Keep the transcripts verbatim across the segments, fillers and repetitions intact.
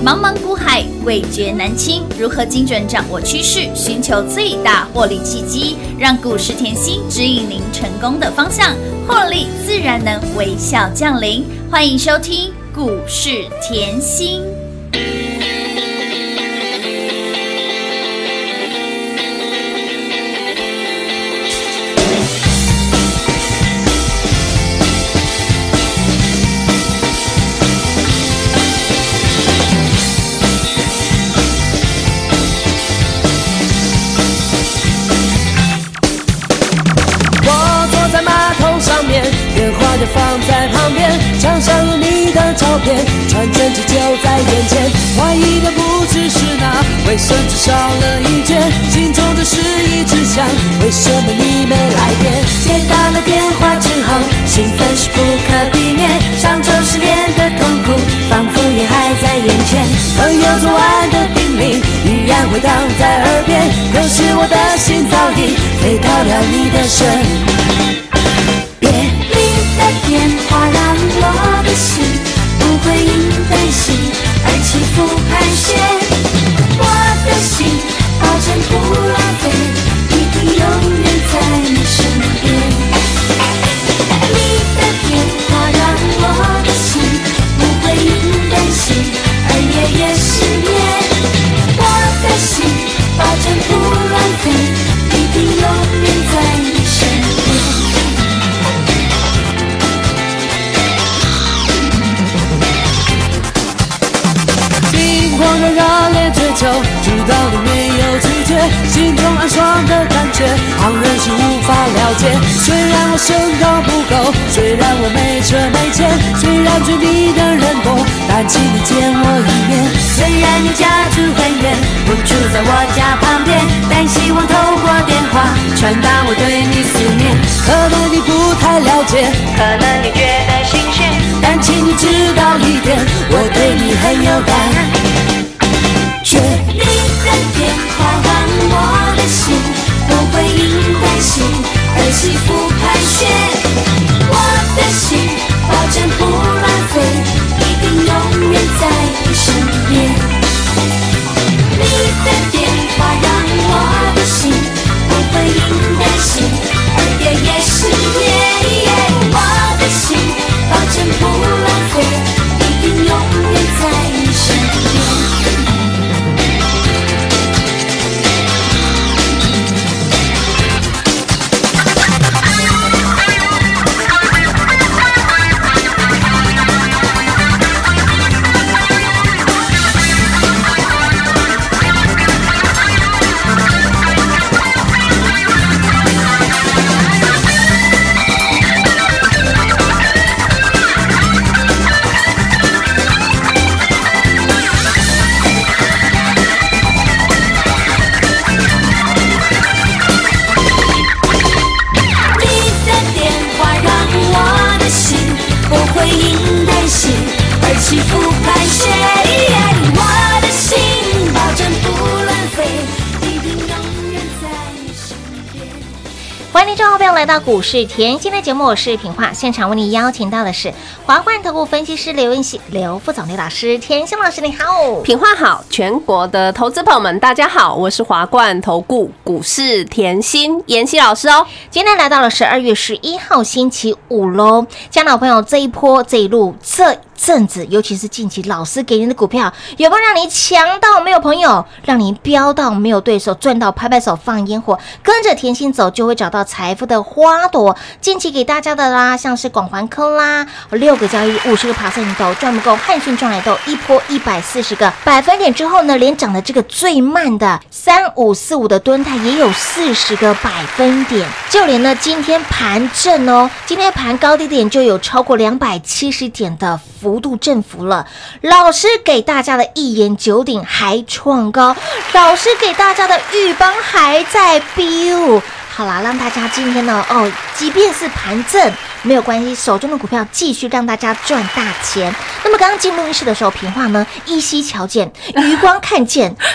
茫茫股海，味觉难清。如何精准掌握趋势，寻求最大获利契机，让股市甜心指引您成功的方向，获利自然能微笑降临。欢迎收听股市甜心。 电话就放在旁边，墙上有你的照片，传真机就在眼前。怀疑的不只是那卫生纸少了一卷，心中的事一直想，为什么你没来电？接到了电话之后，兴奋是不可避免，上周十年的痛苦仿佛也还在眼前。朋友昨晚的叮咛依然回荡在耳边，可是我的心早已飞到了你的身。电话让我的心不会因担心而起伏盘旋，我的心保证不浪费，一定永远在你身边。你的电话让我的心不会因担心而夜夜失眠，我的心保证不浪费，一定永远在你身边。狂热热烈追求，直到你没有拒绝，心中暗爽的感觉，旁人是无法了解。虽然我身高不够，虽然我没车没钱，虽然追你的人多，但请你见我一面。虽然你家住很远，不住在我家旁边，但希望透过电话传达我对你思念。可能你不太了解，可能你觉得新鲜，但请你知道一点，我对你很有感。你的电话让我的心不会因担心而起伏盘旋，我的心保证不浪费，一定永远在你身边。你的电话让我的心不会因担心而夜夜失眠，我的心保证不浪费，一定永远在你身边。起伏盘旋，我的心保证不浪费，一定永远在你身边。 欢迎听众朋友来到股市甜心的节目，我是品化，现场为你邀请到的是华冠投顾分析师刘文熙刘副总刘老师，甜心老师你好。 品化好，全国的投资朋友们大家好，我是华冠投顾股市甜心妍希老师哦。 今天来到了十二月十一号星期五喽，家老朋友这一波这一路这阵子，尤其是近期老师给您的股票，有没有让你强到没有朋友，让你飙到没有对手，赚到拍拍手放烟火，跟着甜心走就会找到财富的花朵。近期给大家的啦，像是广环科啦，六个交易五十个爬升斗赚不够，汉讯赚来斗一波一百四十个百分点之后呢，连涨的这个最慢的三五四五的敦泰也有四十个百分点，就连呢今天盘正哦，今天盘高低点就有超过两百七十点的幅度振幅了。老师给大家的一言九鼎还创高，老师给大家的玉邦还在飙。好啦，让大家今天呢，哦，即便是盘正没有关系，手中的股票继续让大家赚大钱。那么刚刚进录音室的时候，平话呢依稀瞧见，余光看见。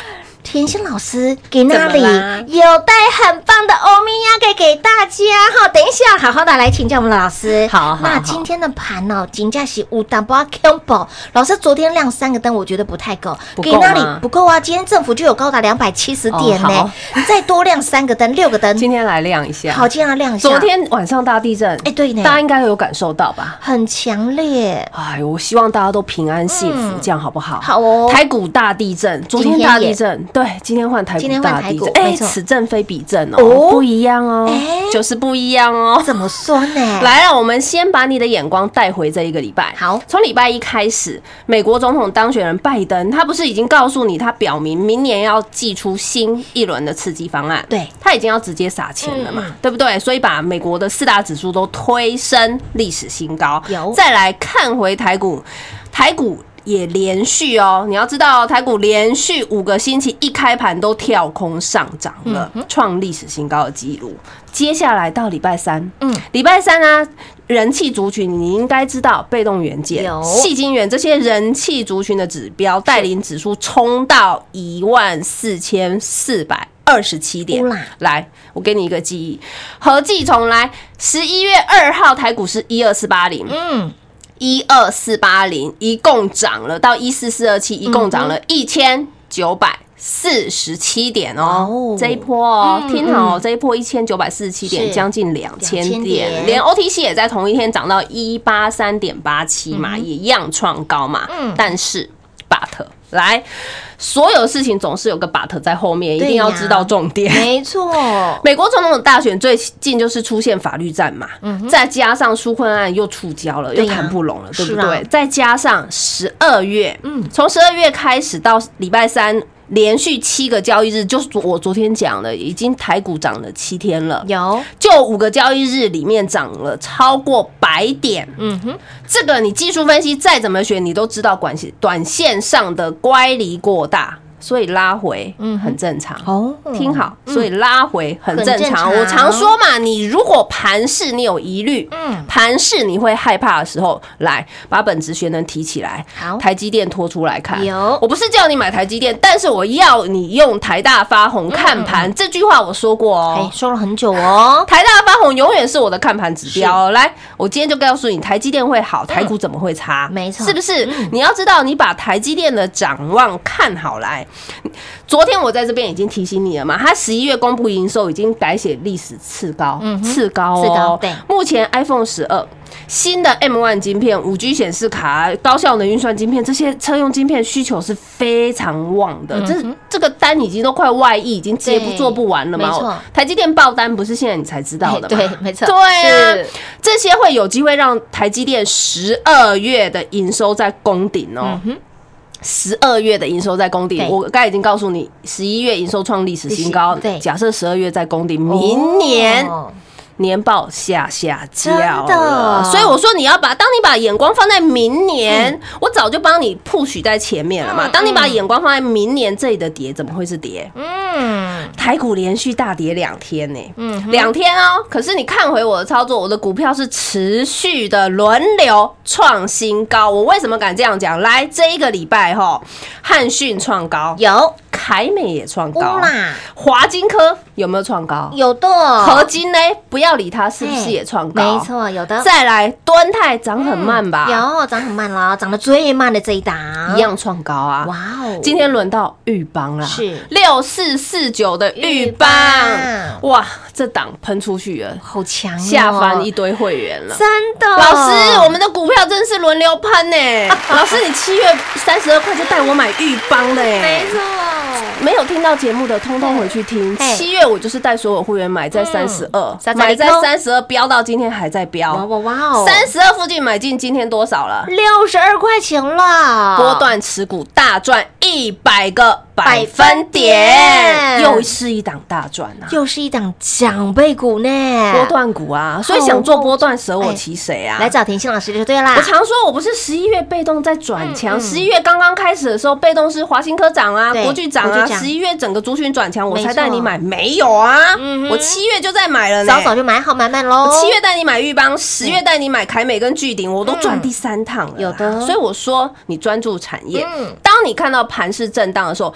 甜心老师给那里怎么啦有带很棒的欧米亚给给大家哈，等一下好好的来请教我们的老师。 好好好那今天的盘哦，金价是五 double combo， 老师昨天亮三个灯，我觉得不太够， 不够吗给那里不够啊，今天政府就有高达两百七十点呢、 哦再多亮三个灯，六个灯。 今天来亮一下。 好，今天要亮一下。 昨天晚上大地震， 哎对呢大家应该有感受到吧？ 很强烈， 哎，我希望大家都平安幸福， 嗯这样好不好？ 好哦台股大地震，昨天大地震，对，今天换台今股天换台股， 大地震，哎， 没错此震非彼震哦哦，不一样哦哎， 就是不一样哦。 怎么说呢？ 来，让我们先把你的眼光带回这一个礼拜。 好从礼拜一开始，美国总统当选人拜登，他不是已经告诉你，他表明明年要祭出新一轮的刺激方案， 对， 他已经要直接撒钱了嘛， 嗯嗯对不对？所以把美国的四大指数都推升历史新高。 有再来看回台股，台股。也连续哦，你要知道，台股连续五个星期一开盘都跳空上涨了，创历史新高的记录。接下来到礼拜三，嗯，礼拜三呢、啊，人气族群你应该知道，被动元件、 有矽晶圆这些人气族群的指标，带领指数冲到一万四千四百二十七点乌啦。 来，我给你一个记忆，合计重来，十一月二号台股是一二四八零， 嗯。 一二四八零一共涨了到一四四二七，一共涨了一千九百四十七点哦。 哦这一波哦， 嗯听好哦， 嗯这一波一千九百四十七点， 是将近两千 2000点点，连 O T C 也在同一天涨到一八三点八七嘛，也一样创高嘛。 嗯但是 but 来，所有事情总是有个 but 在后面，一对呀定要知道重点。 没错， 美国总统的大选最近就是出现法律战嘛，再加上纾困案又触礁了，又嗯对呀谈不拢了，对不是啊对？再加上十二月，嗯，从十二月开始到礼拜三。连续七个交易日，就是我昨天讲的，已经台股涨了七天了， 有就五个交易日里面涨了超过百点。 嗯哼， 这个你技术分析再怎么学，你都知道短线短线上的乖离过大，所以拉回很正常。 哦听好，所以拉回很正很正常常。我常说嘛，你如果盘势你有疑虑， 嗯盘势你会害怕的时候，来把本职学能提起来， 好台积电拖出来看。 有我不是叫你买台积电，但是我要你用台大发红看盘。这句话我说过哦哎，。说了很久哦， 台大发红永远是我的看盘指标哦。来，我今天就告诉你，台积电会好，台股怎么会差？ 没错是不是？你要知道，你把台积电的展望看好来。昨天我在这边已经提醒你了嘛，它十一月公布营收已经改写历史次高，次高次高哦。 对目前 iPhone 十二。新的 M 一 晶片、五 G 显示卡、高效能运算晶片，这些车用晶片需求是非常旺的。这这个单已经都快外溢，已经接不对做不完了嘛。 没错台积电爆单不是现在你才知道的吗？ 对没错对啊是， 这些会有机会让台积电十二月的营收在攻顶哦。十二月的营收在攻顶对， 我刚才已经告诉你，十一月营收创历史新高。 对假设十二月在攻顶，明年哦年报下下叫真的了，所以我说你要把，当你把眼光放在明年，我早就帮你 push 在前面了嘛。当你把眼光放在明年，这里的跌怎么会是跌？ 嗯， 台股连续大跌两天呢、嗯，两天哦。可是你看回我的操作，我的股票是持续的轮流创新高。我为什么敢这样讲？来，这一个礼拜哈，汉讯创高， 有凯美也创高乌，啦， 华金科有没有创高？ 有的合金呢？不要理它，是不是也创高？ 没。错，有的再来，敦泰涨很慢吧？ 有涨很慢了，涨得最慢的这一档一样创高啊！ 哇哦， 今天轮到玉邦啦， 是六四四九的玉邦玉， 哇，这档喷出去了， 好强哦， 下翻一堆会员了。 真的， 老师，我们的股票真是轮流喷呢。老师，你七月三十二块就带我买玉邦的哎没，错， 没有听到节目的，通通回去听。 嘿七月我就是带所有会员买在三十二， 三十买在二三十二，飙到今天还在哇飙。 哇哇哦， 三十二附近买进，今天多少了？ 六十二块钱了， 波段持股大赚一百个百分百分点， 点又是一档大赚啊！ 又是一档长辈股呢， 波段股啊，所以想做波段，舍我其谁啊？ 来找甜心老师就对啦我。常说，我不是十一月被动在转嗯强，十一月刚刚开始的时候，被动是华新科涨啊， 对国巨涨啊， 国巨涨十一月整个族群转强，我才没错带你买，没有啊？我七月就在买了呢， 早早就买好买满喽， 七月带你买玉邦，十月带你买凯美跟巨鼎，我都赚第三趟了啦。 有的所以我说你专注产业嗯， 当你看到盘势震荡的时候，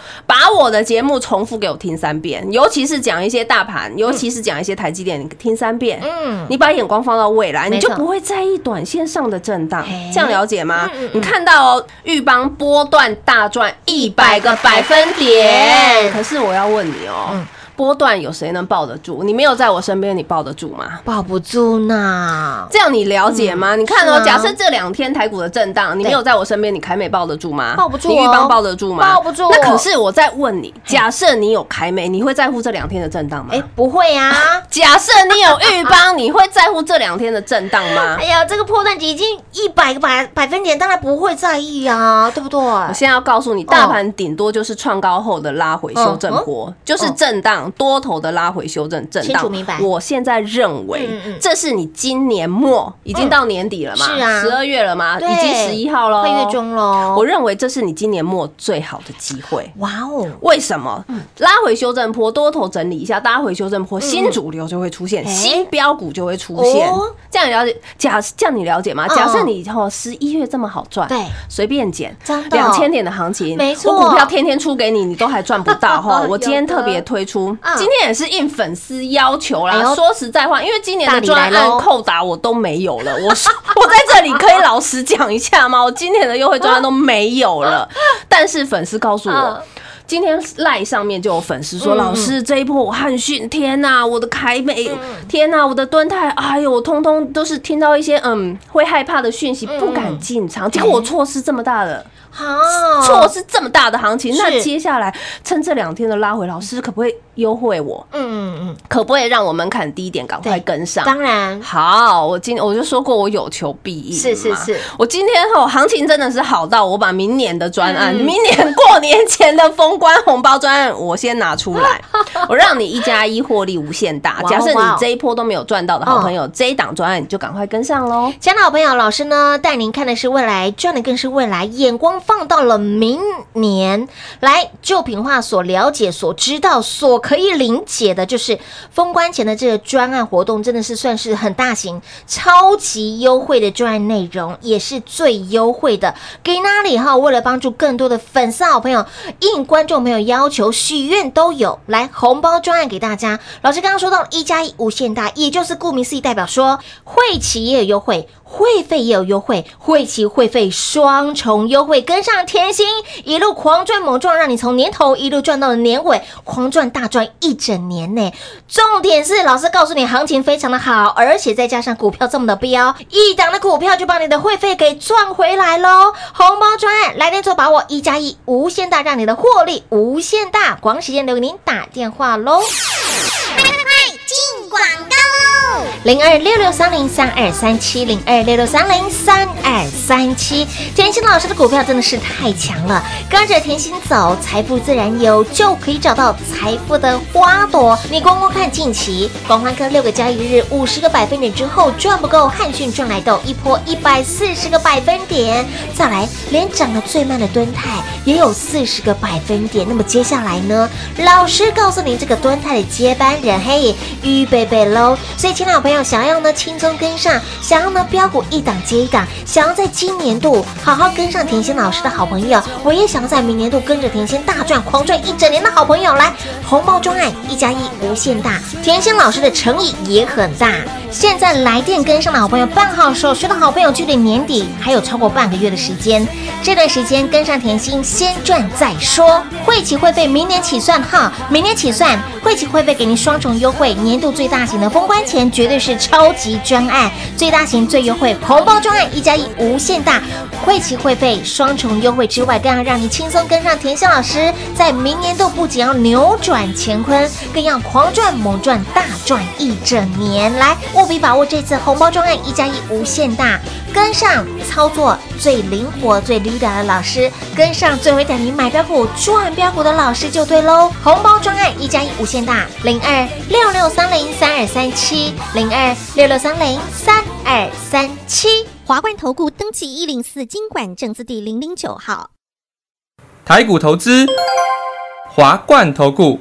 把我的节目重复给我听三遍，尤其是讲一些大盘，尤其是讲一些台积电，你听三遍。嗯，你把眼光放到未来，你就不会在意短线上的震荡。这样了解吗？嗯嗯嗯你看到哦，裕邦波段大赚一百个百分点，可是我要问你哦。嗯波段有谁能抱得住？你没有在我身边，你抱得住吗？ 抱不住呢。 这样你了解吗？嗯、你看哦，啊、假设这两天台股的震荡，你没有在我身边，你凯美抱得住吗？ 抱不住、哦。 你裕邦抱得住吗？ 抱不住。 那可是我在问你，假设你有凯美，你会在乎这两天的震荡吗？ 哎、欸，不会啊。 假设你有裕邦，你会在乎这两天的震荡吗？ 哎呀，这个波段已经一百个百百分点，当然不会在意啊，对不对？我现在要告诉你，大盘顶多就是创高后的拉回修正波，哦、就是震荡多头的拉。回修正震荡，我现在认为这是你今年末已经到年底了嘛？ 是啊， 十二月了嘛？已经十一号了， 快月中了。 我认为这是你今年末最好的机会。 哇哦！ 为什么？拉回修正波，多头整理一下，拉回修正波，新主流就会出现，新标股就会出现。这样了解，假这样你了解吗？假设你以后十一月这么好赚， 对， 随便捡两千点的行情， 没错， 我股票天天出给你，你都还赚不到哈。我今天特别推出，今天也是应粉丝要求啦。说实在话，因为今年的专案扣打我都没有了，我我在这里可以老实讲一下吗？我今年的优惠专案都没有了，但是粉丝告诉我。今天赖上面就有粉丝说，老师这一波我汉讯，天哪，我的凯美，天哪，我的敦泰，哎呦，我通通都是听到一些嗯会害怕的讯息，不敢进场，结果我错失这么大的。错失这么大的行情，那接下来趁这两天的拉回，老师可不可以优惠我？嗯嗯嗯，可不可以让我门槛低一点，赶快跟上？ 当然好，我今我就说过我有求必应， 是是是， 我今天哦行情真的是好到我把明年的专案，嗯、明年过年前的封关红包专案，我先拿出来，我让你一加一获利无限大。假设你这一波都没有赚到的好朋友，哦、这一档专案你就赶快跟上喽。 亲爱的好朋友，老师呢带您看的是未来，赚的更是未来，眼光放到了明年来。就品化所了解、所知道、所可以理解的，就是封关前的这个专案活动，真的是算是很大型、超级优惠的专案内容，也是最优惠的。给哪里哈？为了帮助更多的粉丝好朋友，应观众朋友要求、许愿都有来红包专案给大家。老师刚刚说到一加一无限大，也就是顾名思义，代表说会期也有优惠。会费也有优惠，会期会费双重优惠，跟上甜心一路狂赚猛赚，让你从年头一路赚到了年尾，狂赚大赚一整年呢。重点是老师告诉你，行情非常的好，而且再加上股票这么的飙，一档的股票就把你的会费给赚回来喽。红包专案来电做把握，一加一无限大，让你的获利无限大。光时间留给您打电话喽。快快快进广告喽！零二六六三零三二三七零二六六三零三二三七，甜心老师的股票真的是太强了，跟着甜心走，财富自然有，就可以找到财富的花朵。你光光看近期，广欢科六个交易日五十个百分点之后赚不够，汉讯赚来到一波一百四十个百分点，再来连涨得最慢的敦泰也有四十个百分点。那么接下来呢，老师告诉你这个敦泰的接班人，嘿，预备备喽！所以亲爱的朋友，想要呢轻松跟上，想要呢标股一档接一档，想要在今年度好好跟上甜心老师的好朋友，我也想要在明年度跟着甜心大赚狂赚一整年的好朋友，来红包专案一加一无限大，甜心老师的诚意也很大。现在来电跟上的好朋友，办好手续的好朋友，距离年底还有超过半个月的时间，这段时间跟上甜心，先赚再说。会期会费明年起算哈，明年起算，会期会费给您双重优惠，年度最大型的封关前绝对是超级专案，最大型最优惠红包专案一加一无限大，会期会费双重优惠之外，更要让你轻松跟上甜心老师，在明年度不仅要扭转乾坤，更要狂赚猛赚大赚一整年。来，务必把握这次红包专案一加一无限大，跟上操作最灵活最 leader 的老师，跟上最会带你买标股赚标股的老师就对喽。红包专案一加一无限大，零二六六三零三二三七零二六六三零三二三七。 华冠投顾登记一零四金管证字第零零九号。 台股投资，华冠投顾。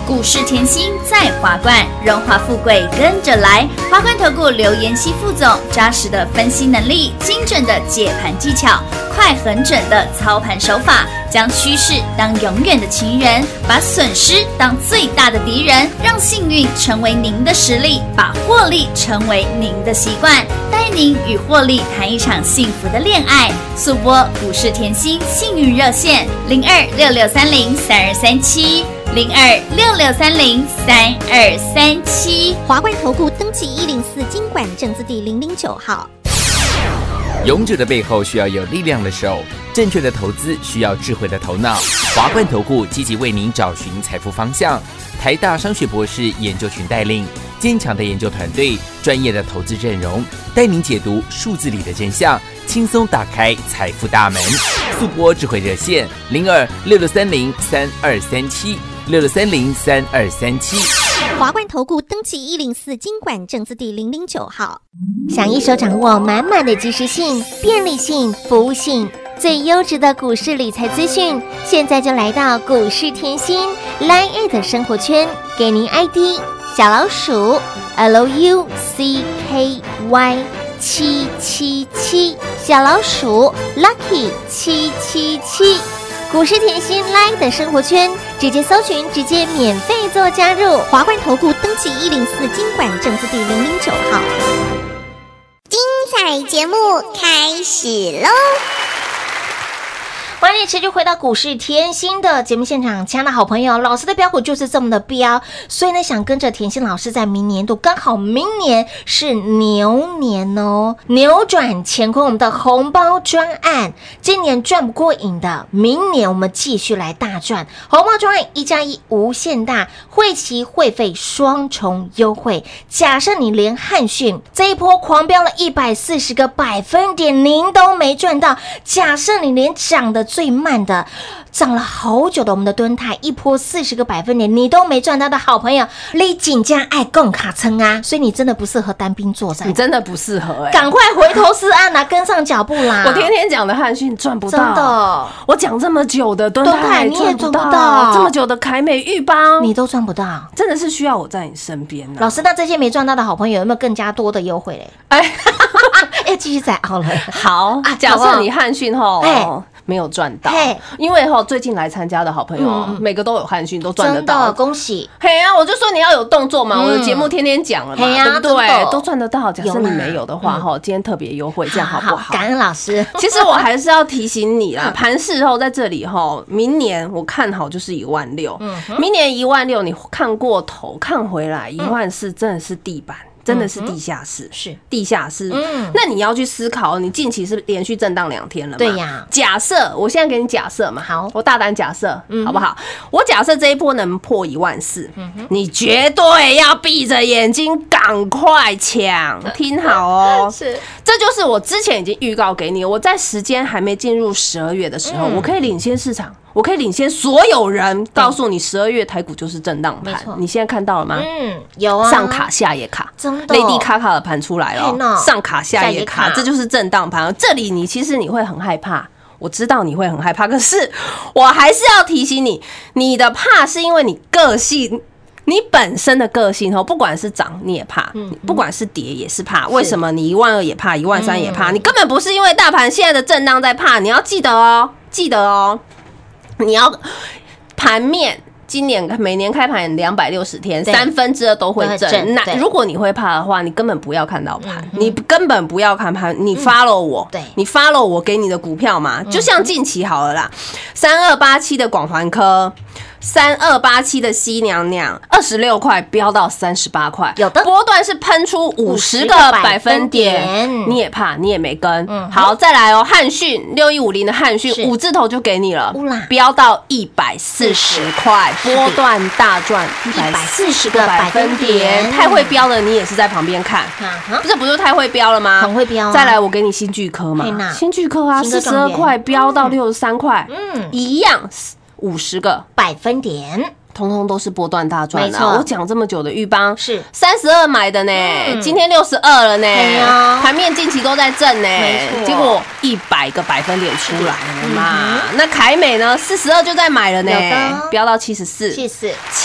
股市甜心在华冠，荣华富贵跟着来。华冠投顾刘妍希副总，扎实的分析能力，精准的解盘技巧，快很准的操盘手法，将趋势当永远的情人，把损失当最大的敌人，让幸运成为您的实力，把获利成为您的习惯，带您与获利谈一场幸福的恋爱。速播股市甜心幸运热线零二六六三零三二三七零二六六三零三二三七。 华冠投顾登记一零四金管证字第零零九号。 勇者的背后需要有力量的手，正确的投资需要智慧的头脑。华冠投顾积极为您找寻财富方向，台大商学博士研究群带领坚强的研究团队，专业的投资阵容，带您解读数字里的真相，轻松打开财富大门。速播智慧热线零二六六三零三二三七六六三零三二三七。 华冠投顾登记一零四金管证字第零零九号。 想一手掌握满满的及时性、便利性、服务性，最优质的股市理财资讯，现在就来到股市甜心 Line 的生活圈，给您 I D 小老鼠 L U C K Y 七七七，小老鼠 Lucky 七七七。股市甜心 Line 的生活圈，直接搜寻，直接免费做加入。 华冠投顾登记一零四金管证字第零零九号。 精彩节目开始喽！ 欢迎持续回到股市甜心的节目现场，亲爱的好朋友，老师的标股就是这么的标，所以呢，想跟着甜心老师在明年度，刚好明年是牛年哦，扭转乾坤，我们的红包专案，今年赚不过瘾的，明年我们继续来大赚，红包专案一加一无限大，会期会费双重优惠。假设你连汉讯这一波狂飙了一百四十个百分点，您都没赚到，假设你连涨的最慢的涨了好久的我们的敦泰一波四十个百分点你都没赚到的好朋友，你紧张爱更卡撑啊，所以你真的不适合单兵作战， 你真的不适合哎、欸， 赶快回头是岸啊，跟上脚步啦！ 我天天讲的汉讯赚不到， 真的， 我讲这么久的敦泰你也赚不到， 到这么久的凯美玉邦你都赚不到， 真的是需要我在你身边、啊。 老师，那这些没赚到的好朋友有没有更加多的优惠嘞？ 哎， 要继续再熬了。 好，啊、假设你汉讯吼。没有赚到，因为哈最近来参加的好朋友、嗯、每个都有汉讯，都赚得到， 真的恭喜！ 嘿啊，我就说你要有动作嘛，嗯、我的节目天天讲了嘛， 啊、 对不对？都赚得到。假设你没有的话哈、嗯，今天特别优惠，这样好不好？ 好感恩老师。 其实我还是要提醒你啦，盘势后在这里哈，明年我看好就是一万六，明年一万六，你看过头看回来一万四，真的是地板。真的是地下室，嗯、是地下室。嗯，那你要去思考，你近期是连续震荡两天了嘛？ 对呀。 假设我现在给你假设嘛， 好， 我大胆假设、嗯，好不好？我假设这一波能破一万四，你绝对要闭着眼睛赶快抢，听好哦。 是， 这就是我之前已经预告给你，我在时间还没进入十二月的时候、嗯，我可以领先市场。我可以领先所有人，告诉你十二月台股就是震荡盘。你现在看到了吗？ 嗯，有啊， 上卡下也卡， 真的， 雷迪卡卡的盘出来了，上卡下也卡，这就是震荡盘。这里你其实你会很害怕，我知道你会很害怕，可是我还是要提醒你，你的怕是因为你个性。你本身的个性哦，不管是涨你也怕，不管是跌也是怕。为什么你一万二也怕，一万三也怕？你根本不是因为大盘现在的震荡在怕，你要记得哦，记得哦。你要盘面，今年每年开盘两百六十天，三分之二都会震。那如果你会怕的话，你根本不要看到盘，你根本不要看盘，你 follow 我， 对， 你 follow 我给你的股票嘛。就像近期好了啦，三二八七的广环科。三二八七的西娘娘二十六块飙到三十八块， 有的波段是喷出五十个百分点，你也怕，你也没跟。嗯、好，再来哦，汉讯六一五零的汉讯五字头就给你了，飙到一百四十块，波段大赚一百四十个百分点，太会飙了，你也是在旁边看，这不就太会飙了吗？ 很会飙、啊。 再来，我给你新巨科嘛，新巨科啊，四十二块飙到六十三块，嗯，一样。五十个百分点， 通通都是波段大赚的。我讲这么久的玉邦是三十二买的呢，嗯、今天六十二了呢，盘面近期都在震呢，结果一百个百分点出来了嘛。嗯、那凯美呢，四十二就在买了呢，飙到七十四， 七十四，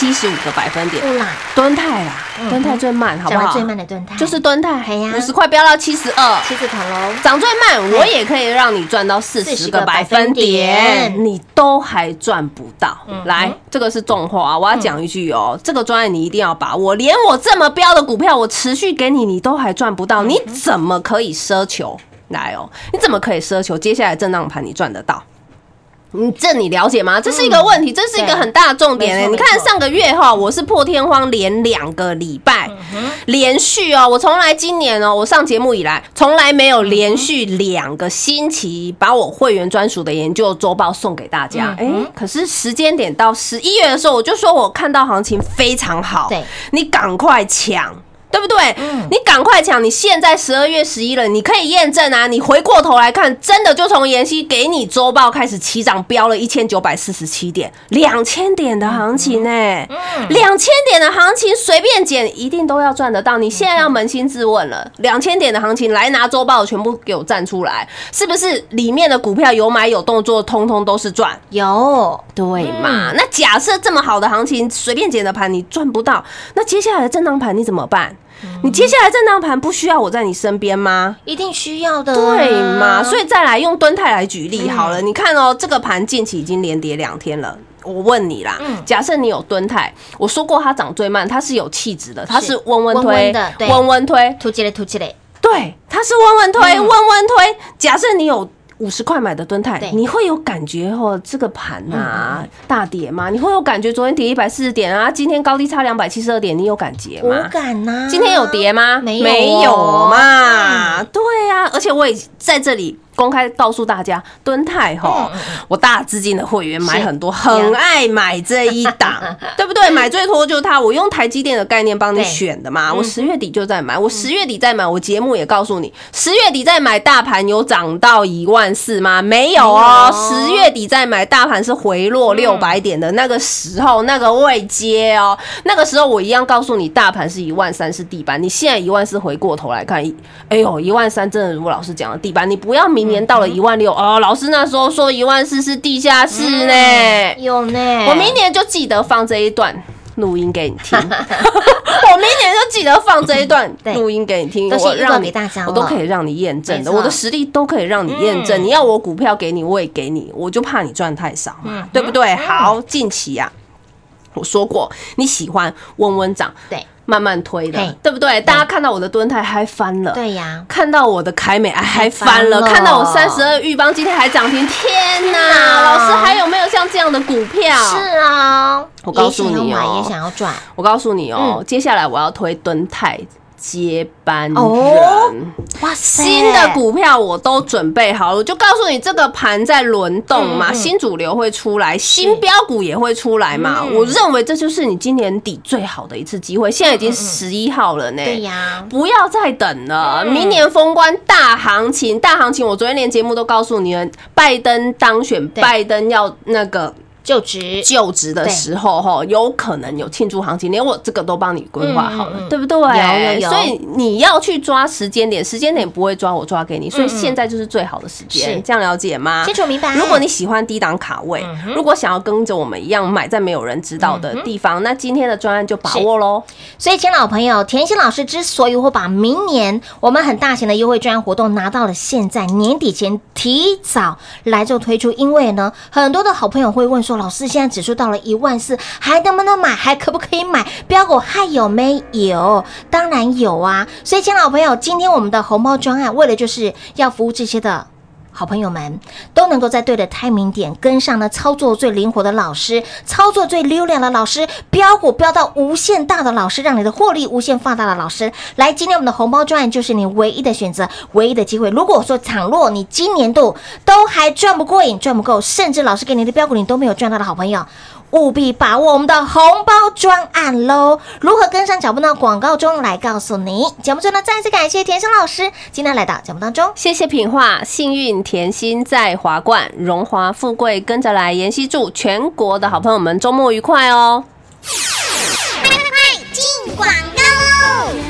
七十五个百分点。 不啦， 敦泰啦，敦泰最慢，好不好？ 涨得最慢的敦泰就是敦泰， 哎呀五十块飙到七十二， 七字头喽， 涨最慢，我也可以让你赚到四十个百分点，你都还赚不到。来，这个是重话，我要讲一句哦，这个专业你一定要把握。连我这么标的股票，我持续给你，你都还赚不到，你怎么可以奢求？来哦，你怎么可以奢求接下来震荡盘你赚得到？你这你了解吗？这是一个问题，这是一个很大的重点哎。你看上个月哈，我是破天荒连两个礼拜连续哦，我从来今年哦，我上节目以来从来没有连续两个星期把我会员专属的研究周报送给大家。哎，可是时间点到十一月的时候，我就说我看到行情非常好， 对， 你赶快抢。对不对？ 嗯， 你赶快抢！你现在十二月十一了，你可以验证啊！你回过头来看，真的就从妍希给你周报开始起涨，飙了一千九百四十七点，两千点的行情哎、欸，两千点的行情随便捡一定都要赚得到。你现在要扪心自问了，两千点的行情来拿周报全部给我站出来，是不是里面的股票有买有动作，通通都是赚？ 有， 对嘛？那假设这么好的行情，随便捡的盘你赚不到，那接下来的震荡盘你怎么办？你接下来震荡盘不需要我在你身边吗？ 一定需要的、啊， 对嘛？所以再来用敦泰来举例好了，嗯、你看哦，这个盘近期已经连跌两天了。我问你啦，嗯、假设你有敦泰，我说过它涨最慢，它是有气质的，它是温温推的， 温温推， 突击嘞突击嘞， 对，它是温温推，温温推。假设你有五十块买的敦泰，你会有感觉哦？这个盘啊、嗯、大跌吗？你会有感觉？昨天跌一百四十点啊，今天高低差两百七十二点，你有感觉吗？ 无感呐、啊。 今天有跌吗？ 没有、哦， 没有嘛。嗯、对啊，而且我也在这里公开告诉大家，敦泰齁，嗯、我大资金的会员买很多，很爱买这一档，对不对？买最多就是它，我用台积电的概念帮你选的嘛。我十月底就在买，我十月底在买，我节目也告诉你，十月底在买，大盘有涨到一万四吗？没有哦，十月底在买，大盘是回落六百点的那个时候，那个位阶哦，那个时候我一样告诉你，大盘是一万三是地板，你现在一万四回过头来看，哎呦，一万三真的如老师讲的地板，你不要明年到了一万六哦，老师那时候说一万四是地下室呢、嗯， 有呢， 我明年就记得放这一段录音给你听，我明年就记得放这一段录音给你听， 我让给大家， 我都可以让你验证的，我的实力都可以让你验证。嗯、你要我股票给你，我也给你，我就怕你赚太少嘛，嗯、对不对？好，近期啊，我说过你喜欢温温涨，对。慢慢推的，对不对？大家看到我的敦泰还翻了， 对呀， 看到我的凯美还翻了，看到我三十二裕邦今天还涨停，天哪！老师还有没有像这样的股票？ 是啊， 我告诉你哦， 也想要赚。 我告诉你哦，接下来我要推敦泰接班人， 哦、哇塞！ 新的股票我都准备好了，我就告诉你，这个盘在轮动嘛，嗯嗯新主流会出来，新标股也会出来嘛。嗯、我认为这就是你今年底最好的一次机会。现在已经十一号了呢， 对呀， 不要再等了，嗯、明年封关大行情，大行情，我昨天连节目都告诉你们，拜登当选，拜登要那个。 就职就职的时候哈，有可能有庆祝行情，连我这个都帮你规划好了，嗯、对不对？有有有。 所以你要去抓时间点，时间点不会抓，我抓给你。所以现在就是最好的时间，这样了解吗？ 清楚明白。 如果你喜欢低档卡位，嗯、如果想要跟着我们一样买在没有人知道的地方，嗯、那今天的专案就把握喽。 所以，亲老朋友，甜心老师之所以会把明年我们很大型的优惠专案活动拿到了现在年底前提早来做推出，因为呢，很多的好朋友会问说，老师现在指数到了一万四，还能不能买？还可不可以买？标股还有没有？当然有啊！所以，亲爱的朋友，今天我们的红包专案，为了就是要服务这些的好朋友们，都能够在对的 timing 点跟上呢，操作最灵活的老师，操作最溜亮的老师，标股标到无限大的老师，让你的获利无限放大的老师。来，今天我们的红包专案就是你唯一的选择，唯一的机会。如果说倘若你今年度都还赚不过瘾，赚不够，甚至老师给你的标股你都没有赚到的好朋友，务必把握我们的红包专案喽！如何跟上脚步呢？广告中来告诉你。节目中呢，再次感谢甜心老师今天来到节目当中， 谢谢品画，幸运甜心在华冠，荣华富贵跟着来。妍希祝全国的好朋友们周末愉快哦！ 快快进广告喽！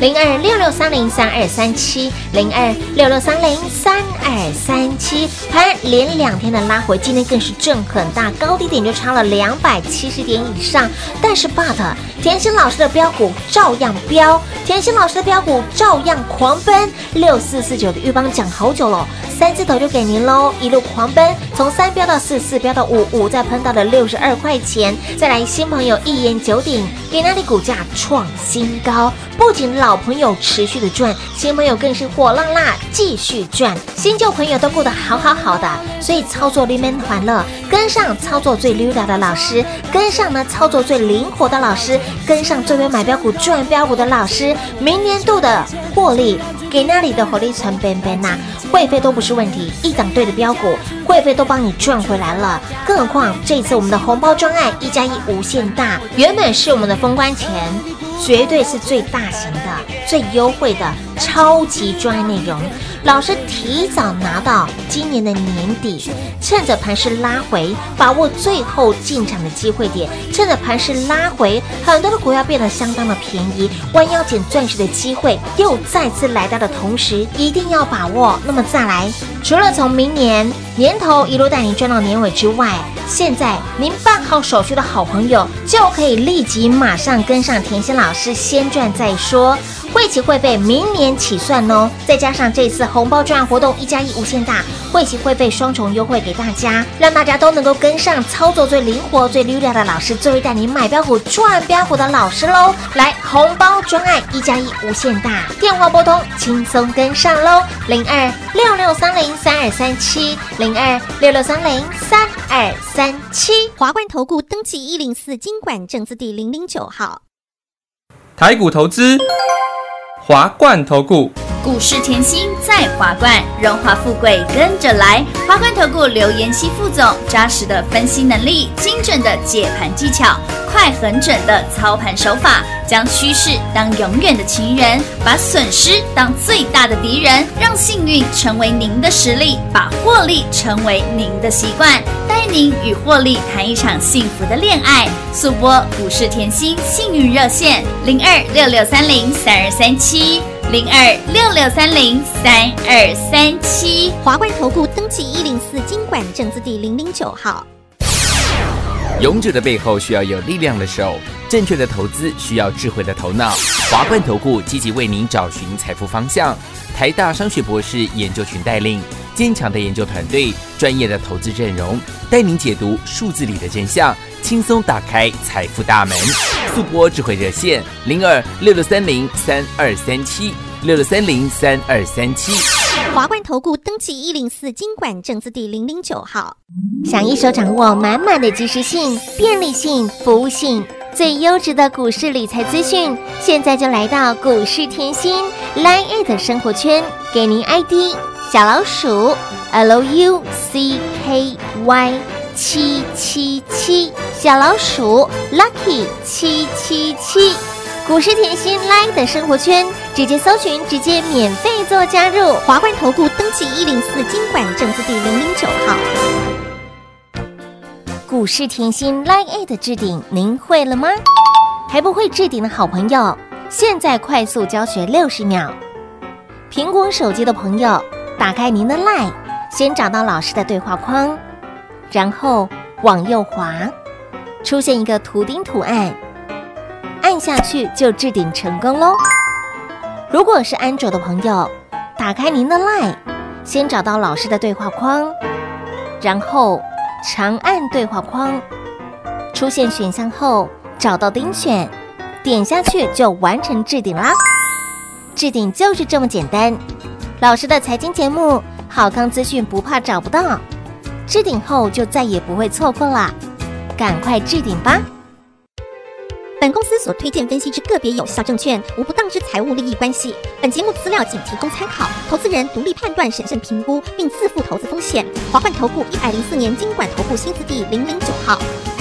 零二六六三零三二三七，零二六六三零三二三七。盘连两天的拉回，今天更是震很大，高低点就差了两百七十点以上。但是 but 甜心老师的标股照样飙，甜心老师的标股照样狂奔。六四四九的裕邦讲好久了，三字头就给您喽，一路狂奔，从三飙到四，四飙到五，五再喷到了六十二块钱。再来新朋友一言九鼎，给那里股价创新高，不仅老朋友持续的赚，新朋友更是火辣辣继续赚，新旧朋友都过得好好好的，所以操作里面欢乐，跟上操作最溜达的老师，跟上呢操作最灵活的老师，跟上最会买标股赚标股的老师，明年度的获利给那里的获利成本本呐，会费都不是问题，一档对的标股，会费都帮你赚回来了。更何况这次我们的红包专案一加一无限大，原本是我们的封关前，绝对是最大型的、最优惠的超级专案内容。老师提早拿到今年的年底，趁着盘势拉回，把握最后进场的机会点。趁着盘势拉回，很多的股票变得相当的便宜，弯腰捡钻石的机会又再次来到的同时，一定要把握。那么再来，除了从明年年头一路带您赚到年尾之外，现在您办好手续的好朋友就可以立即马上跟上甜心老师，先赚再说。会期会费明年起算哦，再加上这次红包专案活动一加一无限大，会期会费双重优惠给大家，让大家都能够跟上操作最灵活、最溜达的老师，最会带你买标股赚标股的老师喽！来，红包专案一加一无限大，电话拨通，轻松跟上喽，零二六六三零三二三七，零二六六三零三二三七。 华冠投顾登记一零四金管证字第零零九号。 台股投资，华冠投顾。 股市甜心在华冠，荣华富贵跟着来。华冠投顾刘妍希副总，扎实的分析能力，精准的解盘技巧，快狠准的操盘手法，将趋势当永远的情人，把损失当最大的敌人，让幸运成为您的实力，把获利成为您的习惯，带您与获利谈一场幸福的恋爱。速播股市甜心幸运热线零二六六三零三二三七。零二六六三零三二三七， 华冠投顾登记一零四金管证字第零零九号。 勇者的背后需要有力量的手，正确的投资需要智慧的头脑。华冠投顾积极为您找寻财富方向，台大商学博士研究群带领，坚强的研究团队，专业的投资阵容，带您解读数字里的真相，轻松打开财富大门。速播智慧热线零二六六三零三二三七六六三零三二三七。 华冠投顾登记一零四金管证字第零零九号。 想一手掌握满满的及时性、便利性、服务性，最优质的股市理财资讯，现在就来到股市甜心 Line 的生活圈，给您 I D 小老鼠 L U C K Y 七七七，小老鼠 Lucky 七七七。股市甜心 Line 的生活圈，直接搜寻，直接免费做加入。 华冠投顾登记一零四金管证字第零零九号。 股市甜心 Line 的置顶，您会了吗？还不会置顶的好朋友，现在快速教学六十秒。苹果手机的朋友，打开您的 Line， 先找到老师的对话框，然后往右滑，出现一个图钉图案。按下去就置顶成功咯。如果是安卓的朋友，打开您的 LINE， 先找到老师的对话框，然后长按对话框，出现选项后找到钉选，点下去就完成置顶啦。置顶就是这么简单。老师的财经节目，好康资讯不怕找不到，置顶后就再也不会错过啦，赶快置顶吧。 本公司所推荐分析之个别有效证券，无不当之财务利益关系。本节目资料仅提供参考，投资人独立判断、审慎评估，并自负投资风险。华冠投顾一百零四年金管投顾新字第零零九号。